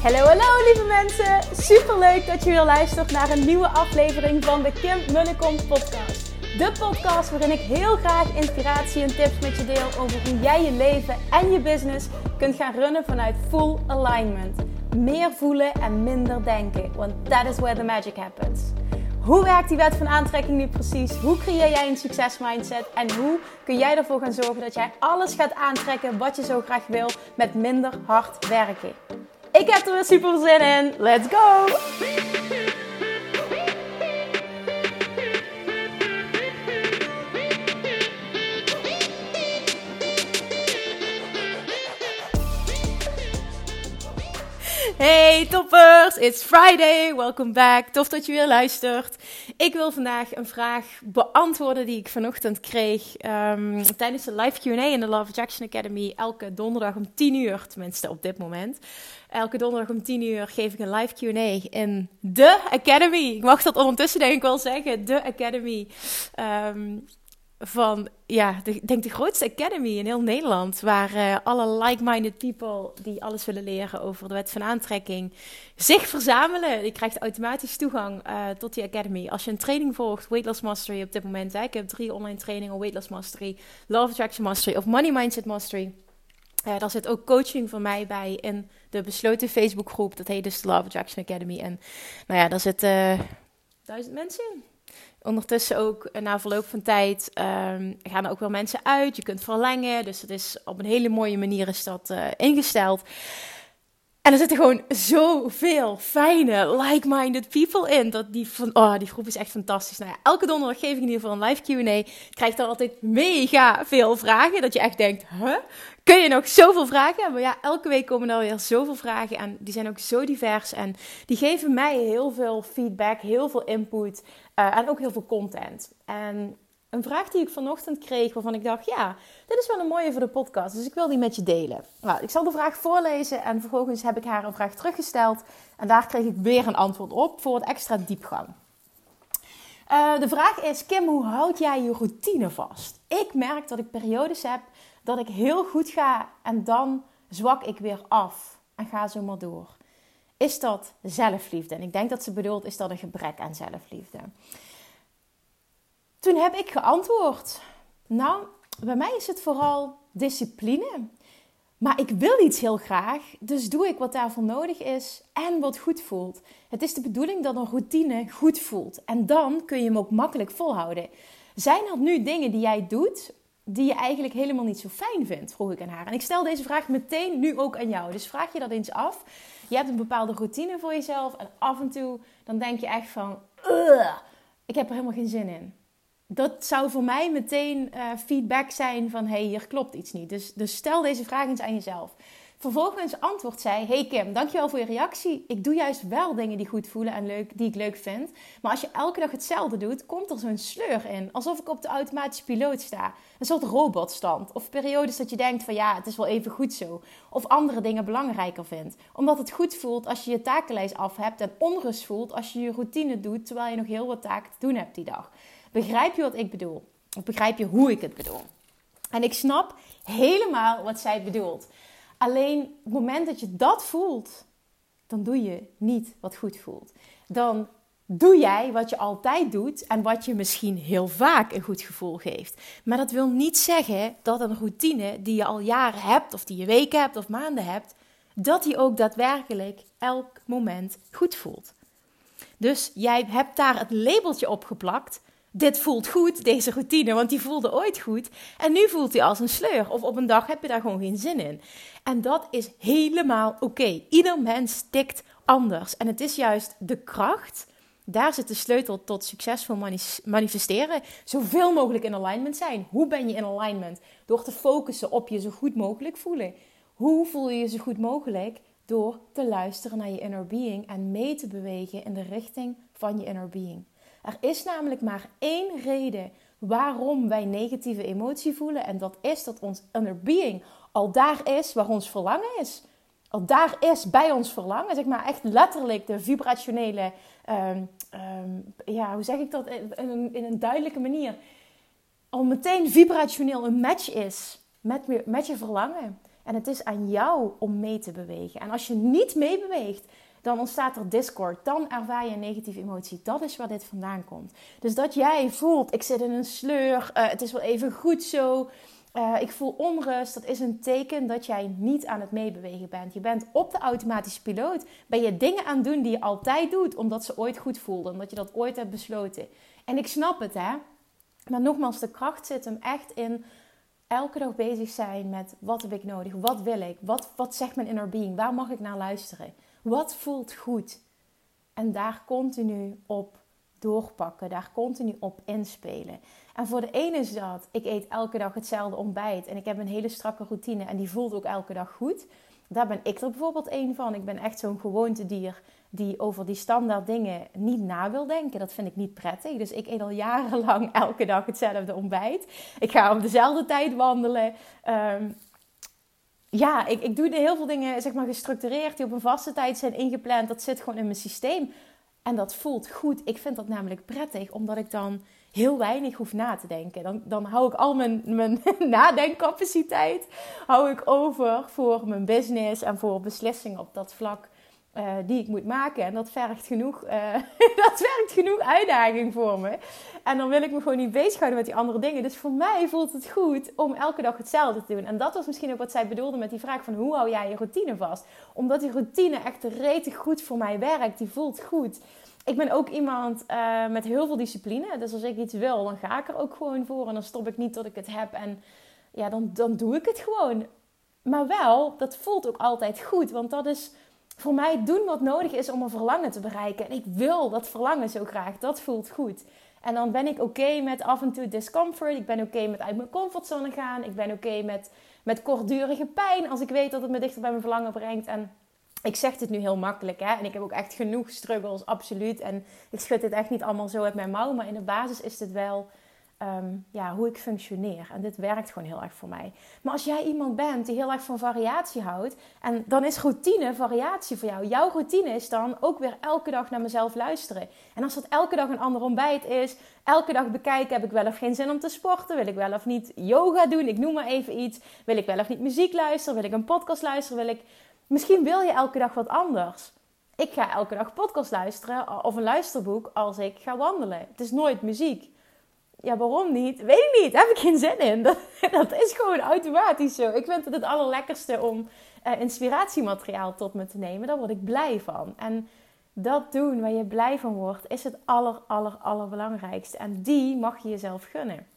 Hallo lieve mensen, superleuk dat je weer luistert naar een nieuwe aflevering van de Kim Munnekom podcast. De podcast waarin ik heel graag inspiratie en tips met je deel over hoe jij je leven en je business kunt gaan runnen vanuit full alignment. Meer voelen en minder denken, want that is where the magic happens. Hoe werkt die wet van aantrekking nu precies? Hoe creëer jij een succesmindset? En hoe kun jij ervoor gaan zorgen dat jij alles gaat aantrekken wat je zo graag wil met minder hard werken? Ik heb er weer super zin in. Let's go! Hey toppers, it's Friday, welcome back. Tof dat je weer luistert. Ik wil vandaag een vraag beantwoorden die ik vanochtend kreeg tijdens de live Q&A in de Love Attraction Academy. Elke donderdag om 10 uur, tenminste op dit moment. Elke donderdag om 10 uur geef ik een live Q&A in de Academy. Ik mag dat ondertussen denk ik wel zeggen, de Academy van, ja, ik denk de grootste academy in heel Nederland, waar alle like-minded people die alles willen leren over de wet van aantrekking zich verzamelen. Je krijgt automatisch toegang tot die academy. Als je een training volgt, Weight Loss Mastery op dit moment, ik heb 3 online trainingen, Weight Loss Mastery, Love Attraction Mastery of Money Mindset Mastery. Daar zit ook coaching van mij bij in de besloten Facebookgroep. Dat heet dus de Love Attraction Academy. En nou ja, daar zitten 1000 mensen in. Ondertussen ook na verloop van tijd gaan er ook wel mensen uit. Je kunt verlengen. Dus het is op een hele mooie manier is dat ingesteld. En er zitten gewoon zoveel fijne, like-minded people in. Dat die groep is echt fantastisch. Nou ja, elke donderdag geef ik in ieder geval een live Q&A. Krijg dan altijd mega veel vragen. Dat je echt denkt, kun je nog zoveel vragen? Maar ja, elke week komen er weer zoveel vragen. En die zijn ook zo divers. En die geven mij heel veel feedback, heel veel input. En ook heel veel content. En een vraag die ik vanochtend kreeg, waarvan ik dacht, ja, dit is wel een mooie voor de podcast. Dus ik wil die met je delen. Nou, ik zal de vraag voorlezen en vervolgens heb ik haar een vraag teruggesteld. En daar kreeg ik weer een antwoord op voor het extra diepgang. De vraag is, Kim, hoe houd jij je routine vast? Ik merk dat ik periodes heb dat ik heel goed ga en dan zwak ik weer af en ga zo maar door. Is dat zelfliefde? En ik denk dat ze bedoelt, is dat een gebrek aan zelfliefde? Toen heb ik geantwoord, nou, bij mij is het vooral discipline. Maar ik wil iets heel graag, dus doe ik wat daarvoor nodig is en wat goed voelt. Het is de bedoeling dat een routine goed voelt. En dan kun je hem ook makkelijk volhouden. Zijn er nu dingen die jij doet die je eigenlijk helemaal niet zo fijn vindt, vroeg ik aan haar. En ik stel deze vraag meteen nu ook aan jou. Dus vraag je dat eens af. Je hebt een bepaalde routine voor jezelf en af en toe dan denk je echt van, ik heb er helemaal geen zin in. Dat zou voor mij meteen feedback zijn van, hey, hier klopt iets niet. Dus stel deze vraag eens aan jezelf. Vervolgens antwoordt zij, hey Kim, dankjewel voor je reactie. Ik doe juist wel dingen die goed voelen en leuk, die ik leuk vind. Maar als je elke dag hetzelfde doet, komt er zo'n sleur in. Alsof ik op de automatische piloot sta. Een soort robotstand. Of periodes dat je denkt van ja, het is wel even goed zo. Of andere dingen belangrijker vindt. Omdat het goed voelt als je je takenlijst af hebt en onrust voelt als je je routine doet, terwijl je nog heel wat taken te doen hebt die dag. Begrijp je wat ik bedoel? Of begrijp je hoe ik het bedoel? En ik snap helemaal wat zij bedoelt. Alleen op het moment dat je dat voelt, dan doe je niet wat goed voelt. Dan doe jij wat je altijd doet en wat je misschien heel vaak een goed gevoel geeft. Maar dat wil niet zeggen dat een routine die je al jaren hebt, of die je weken hebt of maanden hebt, dat die ook daadwerkelijk elk moment goed voelt. Dus jij hebt daar het labeltje op geplakt. Dit voelt goed, deze routine, want die voelde ooit goed. En nu voelt hij als een sleur. Of op een dag heb je daar gewoon geen zin in. En dat is helemaal oké. Ieder mens tikt anders. En het is juist de kracht. Daar zit de sleutel tot succesvol manifesteren. Zoveel mogelijk in alignment zijn. Hoe ben je in alignment? Door te focussen op je zo goed mogelijk voelen. Hoe voel je je zo goed mogelijk? Door te luisteren naar je inner being en mee te bewegen in de richting van je inner being. Er is namelijk maar één reden waarom wij negatieve emotie voelen. En dat is dat ons inner being al daar is waar ons verlangen is. Al daar is bij ons verlangen. Zeg maar echt letterlijk de vibrationele, hoe zeg ik dat in een duidelijke manier. Al meteen vibrationeel een match is met je verlangen. En het is aan jou om mee te bewegen. En als je niet meebeweegt, dan ontstaat er discord. Dan ervaar je een negatieve emotie. Dat is waar dit vandaan komt. Dus dat jij voelt, ik zit in een sleur. Het is wel even goed zo. Ik voel onrust. Dat is een teken dat jij niet aan het meebewegen bent. Je bent op de automatische piloot. Ben je dingen aan het doen die je altijd doet. Omdat ze ooit goed voelden. Omdat je dat ooit hebt besloten. En ik snap het, hè. Maar nogmaals, de kracht zit hem echt in elke dag bezig zijn met wat heb ik nodig? Wat wil ik? Wat zegt mijn inner being? Waar mag ik naar luisteren? Wat voelt goed? En daar continu op doorpakken. Daar continu op inspelen. En voor de ene is dat, ik eet elke dag hetzelfde ontbijt. En ik heb een hele strakke routine. En die voelt ook elke dag goed. Daar ben ik er bijvoorbeeld één van. Ik ben echt zo'n gewoontedier die over die standaard dingen niet na wil denken. Dat vind ik niet prettig. Dus ik eet al jarenlang elke dag hetzelfde ontbijt. Ik ga op dezelfde tijd wandelen. Ik doe heel veel dingen zeg maar gestructureerd die op een vaste tijd zijn ingepland. Dat zit gewoon in mijn systeem. En dat voelt goed. Ik vind dat namelijk prettig, omdat ik dan heel weinig hoef na te denken. Dan hou ik al mijn nadenkcapaciteit hou ik over voor mijn business en voor beslissingen op dat vlak die ik moet maken. En dat vergt genoeg uitdaging voor me. En dan wil ik me gewoon niet bezighouden met die andere dingen. Dus voor mij voelt het goed om elke dag hetzelfde te doen. En dat was misschien ook wat zij bedoelde met die vraag van hoe hou jij je routine vast? Omdat die routine echt rete goed voor mij werkt. Die voelt goed. Ik ben ook iemand met heel veel discipline. Dus als ik iets wil, dan ga ik er ook gewoon voor. En dan stop ik niet tot ik het heb. En ja, dan doe ik het gewoon. Maar wel, dat voelt ook altijd goed. Want dat is voor mij doen wat nodig is om een verlangen te bereiken. En ik wil dat verlangen zo graag. Dat voelt goed. En dan ben ik oké met af en toe discomfort. Ik ben oké met uit mijn comfortzone gaan. Ik ben oké met kortdurige pijn. Als ik weet dat het me dichter bij mijn verlangen brengt. En ik zeg dit nu heel makkelijk, hè. En ik heb ook echt genoeg struggles, absoluut. En ik schud dit echt niet allemaal zo uit mijn mouw. Maar in de basis is dit wel hoe ik functioneer. En dit werkt gewoon heel erg voor mij. Maar als jij iemand bent die heel erg van variatie houdt. En dan is routine variatie voor jou. Jouw routine is dan ook weer elke dag naar mezelf luisteren. En als dat elke dag een ander ontbijt is. Elke dag bekijken, heb ik wel of geen zin om te sporten? Wil ik wel of niet yoga doen? Ik noem maar even iets. Wil ik wel of niet muziek luisteren? Wil ik een podcast luisteren? Misschien wil je elke dag wat anders. Ik ga elke dag podcast luisteren of een luisterboek als ik ga wandelen. Het is nooit muziek. Ja, waarom niet? Weet ik niet. Daar heb ik geen zin in. Dat is gewoon automatisch zo. Ik vind het allerlekkerste om inspiratiemateriaal tot me te nemen. Daar word ik blij van. En dat doen waar je blij van wordt, is het allerbelangrijkste. En die mag je jezelf gunnen.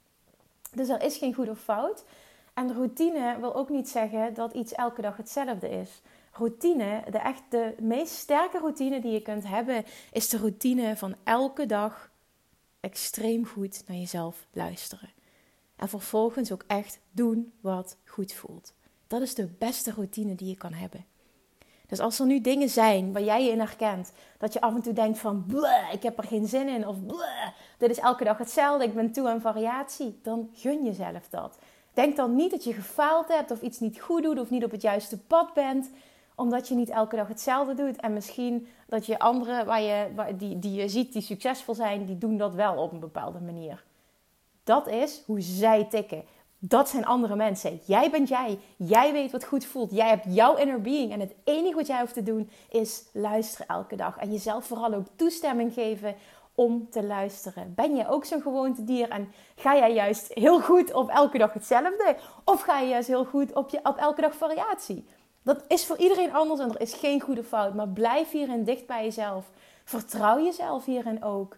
Dus er is geen goed of fout. En de routine wil ook niet zeggen dat iets elke dag hetzelfde is. Routine, de meest sterke routine die je kunt hebben, is de routine van elke dag extreem goed naar jezelf luisteren. En vervolgens ook echt doen wat goed voelt. Dat is de beste routine die je kan hebben. Dus als er nu dingen zijn waar jij je in herkent, dat je af en toe denkt van, ik heb er geen zin in, of dit is elke dag hetzelfde, ik ben toe aan variatie, dan gun jezelf dat. Denk dan niet dat je gefaald hebt of iets niet goed doet of niet op het juiste pad bent, omdat je niet elke dag hetzelfde doet. En misschien dat je anderen die je ziet die succesvol zijn, die doen dat wel op een bepaalde manier. Dat is hoe zij tikken. Dat zijn andere mensen. Jij bent jij. Jij weet wat goed voelt. Jij hebt jouw inner being. En het enige wat jij hoeft te doen is luisteren elke dag. En jezelf vooral ook toestemming geven om te luisteren. Ben je ook zo'n gewoontedier en ga jij juist heel goed op elke dag hetzelfde? Of ga je juist heel goed op elke dag variatie? Dat is voor iedereen anders en er is geen goede fout. Maar blijf hierin dicht bij jezelf. Vertrouw jezelf hierin ook.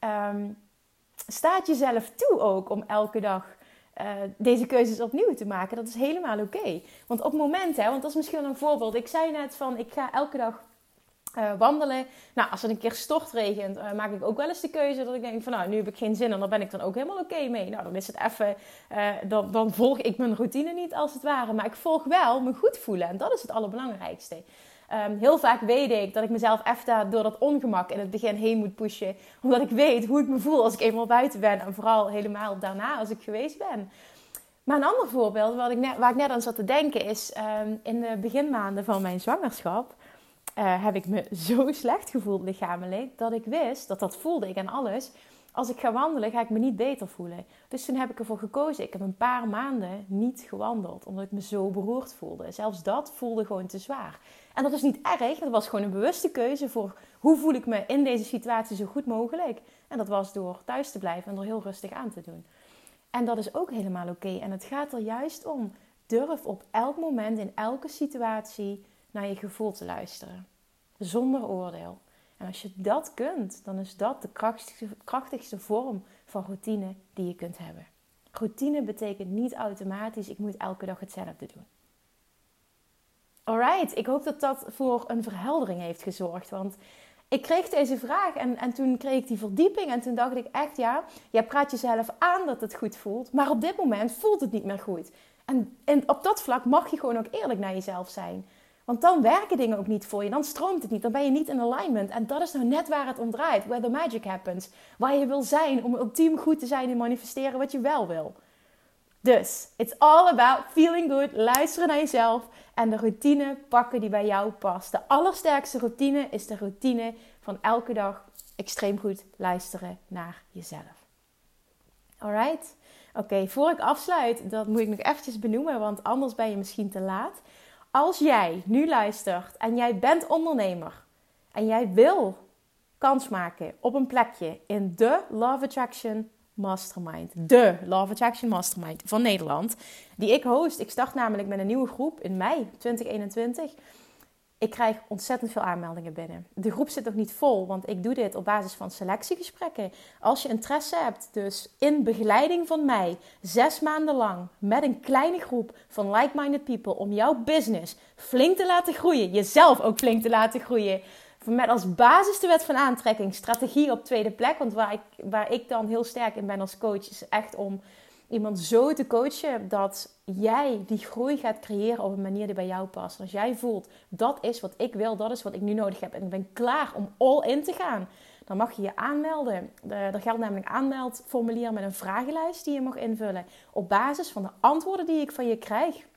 Staat jezelf toe ook om elke dag deze keuzes opnieuw te maken. Dat is helemaal oké. Want op momenten, want dat is misschien wel een voorbeeld. Ik zei net van, ik ga elke dag wandelen. Nou, als het een keer stortregent, maak ik ook wel eens de keuze dat ik denk van, nou, nu heb ik geen zin en daar ben ik dan ook helemaal oké mee. Nou, dan is het even, dan volg ik mijn routine niet als het ware. Maar ik volg wel me goed voelen en dat is het allerbelangrijkste. Heel vaak weet ik dat ik mezelf even door dat ongemak in het begin heen moet pushen. Omdat ik weet hoe ik me voel als ik eenmaal buiten ben. En vooral helemaal daarna als ik geweest ben. Maar een ander voorbeeld waar ik net aan zat te denken is, in de beginmaanden van mijn zwangerschap heb ik me zo slecht gevoeld lichamelijk, dat ik wist, dat voelde ik en alles, Als ik ga wandelen, ga ik me niet beter voelen. Dus toen heb ik ervoor gekozen. Ik heb een paar maanden niet gewandeld, omdat ik me zo beroerd voelde. Zelfs dat voelde gewoon te zwaar. En dat is niet erg, dat was gewoon een bewuste keuze voor hoe voel ik me in deze situatie zo goed mogelijk. En dat was door thuis te blijven en door heel rustig aan te doen. En dat is ook helemaal oké. En het gaat er juist om. Durf op elk moment, in elke situatie, naar je gevoel te luisteren. Zonder oordeel. En als je dat kunt, dan is dat de krachtigste vorm van routine die je kunt hebben. Routine betekent niet automatisch, ik moet elke dag hetzelfde doen. Alright, ik hoop dat dat voor een verheldering heeft gezorgd. Want ik kreeg deze vraag en toen kreeg ik die verdieping. En toen dacht ik echt, ja, jij praat jezelf aan dat het goed voelt. Maar op dit moment voelt het niet meer goed. En op dat vlak mag je gewoon ook eerlijk naar jezelf zijn. Want dan werken dingen ook niet voor je. Dan stroomt het niet. Dan ben je niet in alignment. En dat is nou net waar het om draait. Where the magic happens. Waar je wil zijn om ultiem goed te zijn en manifesteren wat je wel wil. Dus, it's all about feeling good. Luisteren naar jezelf. En de routine pakken die bij jou past. De allersterkste routine is de routine van elke dag extreem goed luisteren naar jezelf. Alright? Oké, voor ik afsluit, dat moet ik nog eventjes benoemen. Want anders ben je misschien te laat. Als jij nu luistert en jij bent ondernemer en jij wil kans maken op een plekje in de Love Attraction Mastermind. De Love Attraction Mastermind van Nederland. Die ik host. Ik start namelijk met een nieuwe groep in mei 2021. Ik krijg ontzettend veel aanmeldingen binnen. De groep zit nog niet vol, want ik doe dit op basis van selectiegesprekken. Als je interesse hebt, dus in begeleiding van mij, 6 maanden lang, met een kleine groep van like-minded people, om jouw business flink te laten groeien, jezelf ook flink te laten groeien. Met als basis de wet van aantrekking, strategie op tweede plek. Want waar ik dan heel sterk in ben als coach, is echt om iemand zo te coachen dat jij die groei gaat creëren op een manier die bij jou past. Als jij voelt, dat is wat ik wil, dat is wat ik nu nodig heb en ik ben klaar om all in te gaan, dan mag je je aanmelden. Er geldt namelijk een aanmeldformulier met een vragenlijst die je mag invullen. Op basis van de antwoorden die ik van je krijg,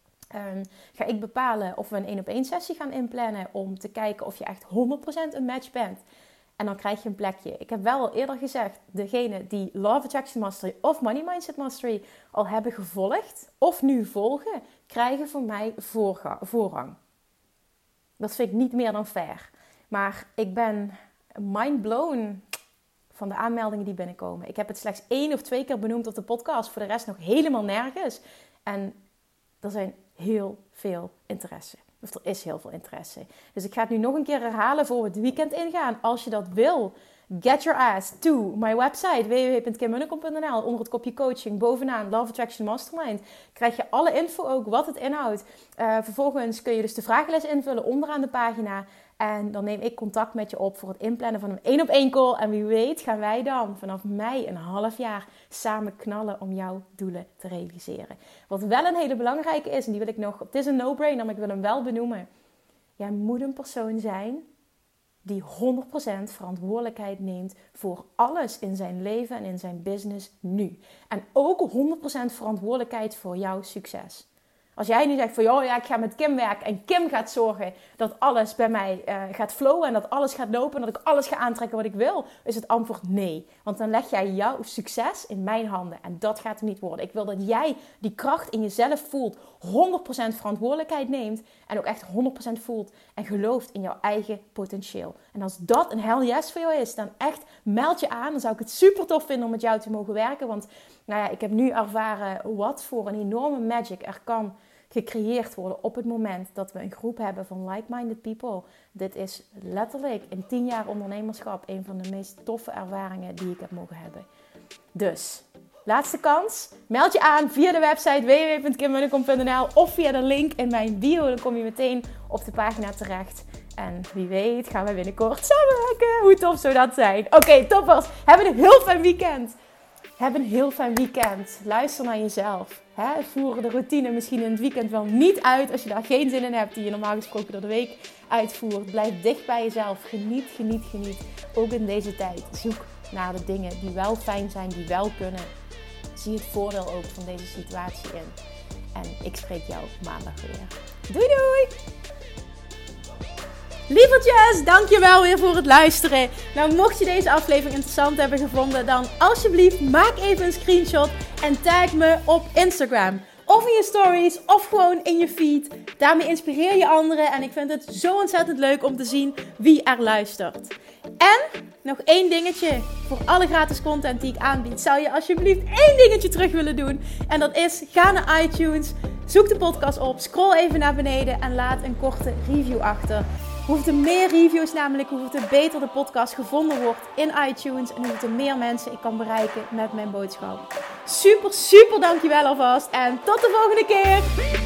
ga ik bepalen of we een 1-op-1 sessie gaan inplannen om te kijken of je echt 100% een match bent. En dan krijg je een plekje. Ik heb wel al eerder gezegd, degene die Love Attraction Mastery of Money Mindset Mastery al hebben gevolgd of nu volgen, krijgen van mij voorrang. Dat vind ik niet meer dan fair. Maar ik ben mind blown van de aanmeldingen die binnenkomen. Ik heb het slechts 1 of 2 keer benoemd op de podcast. Voor de rest nog helemaal nergens. En er zijn heel veel interesse. Of er is heel veel interesse. Dus ik ga het nu nog een keer herhalen voor we het weekend ingaan. Als je dat wil, get your ass to my website www.kimmunnekom.nl. Onder het kopje coaching bovenaan Love Attraction Mastermind krijg je alle info ook, wat het inhoudt. Vervolgens kun je dus de vragenlijst invullen onderaan de pagina. En dan neem ik contact met je op voor het inplannen van een 1-op-1 call. En wie weet gaan wij dan vanaf mei een half jaar samen knallen om jouw doelen te realiseren. Wat wel een hele belangrijke is, en die wil ik nog, het is een no-brainer, maar ik wil hem wel benoemen. Jij moet een persoon zijn die 100% verantwoordelijkheid neemt voor alles in zijn leven en in zijn business nu. En ook 100% verantwoordelijkheid voor jouw succes. Als jij nu zegt van, joh, ja, ik ga met Kim werken en Kim gaat zorgen dat alles bij mij gaat flowen en dat alles gaat lopen en dat ik alles ga aantrekken wat ik wil, is het antwoord nee. Want dan leg jij jouw succes in mijn handen en dat gaat er niet worden. Ik wil dat jij die kracht in jezelf voelt, 100% verantwoordelijkheid neemt en ook echt 100% voelt en gelooft in jouw eigen potentieel. En als dat een hell yes voor jou is, dan echt meld je aan. Dan zou ik het super tof vinden om met jou te mogen werken, want nou ja, ik heb nu ervaren wat voor een enorme magic er kan gecreëerd worden op het moment dat we een groep hebben van like-minded people. Dit is letterlijk in 10 jaar ondernemerschap een van de meest toffe ervaringen die ik heb mogen hebben. Dus, laatste kans. Meld je aan via de website www.kimmunnekom.nl of via de link in mijn bio. Dan kom je meteen op de pagina terecht. En wie weet gaan we binnenkort samenwerken. Hoe tof zou dat zijn? Oké, toppers. Hebben een heel fijn weekend. Heb een heel fijn weekend. Luister naar jezelf. Voer de routine misschien in het weekend wel niet uit. Als je daar geen zin in hebt die je normaal gesproken door de week uitvoert. Blijf dicht bij jezelf. Geniet, geniet, geniet. Ook in deze tijd. Zoek naar de dingen die wel fijn zijn, die wel kunnen. Zie het voordeel ook van deze situatie in. En ik spreek jou maandag weer. Doei doei! Lievertjes, dankjewel weer voor het luisteren. Nou, mocht je deze aflevering interessant hebben gevonden, dan alsjeblieft maak even een screenshot en tag me op Instagram. Of in je stories, of gewoon in je feed. Daarmee inspireer je anderen en ik vind het zo ontzettend leuk om te zien wie er luistert. En nog één dingetje. Voor alle gratis content die ik aanbied, zou je alsjeblieft één dingetje terug willen doen. En dat is, ga naar iTunes, zoek de podcast op, scroll even naar beneden en laat een korte review achter. Hoeveel meer reviews namelijk, hoeveel beter de podcast gevonden wordt in iTunes. En hoeveel meer mensen ik kan bereiken met mijn boodschap. Super, super dankjewel alvast. En tot de volgende keer.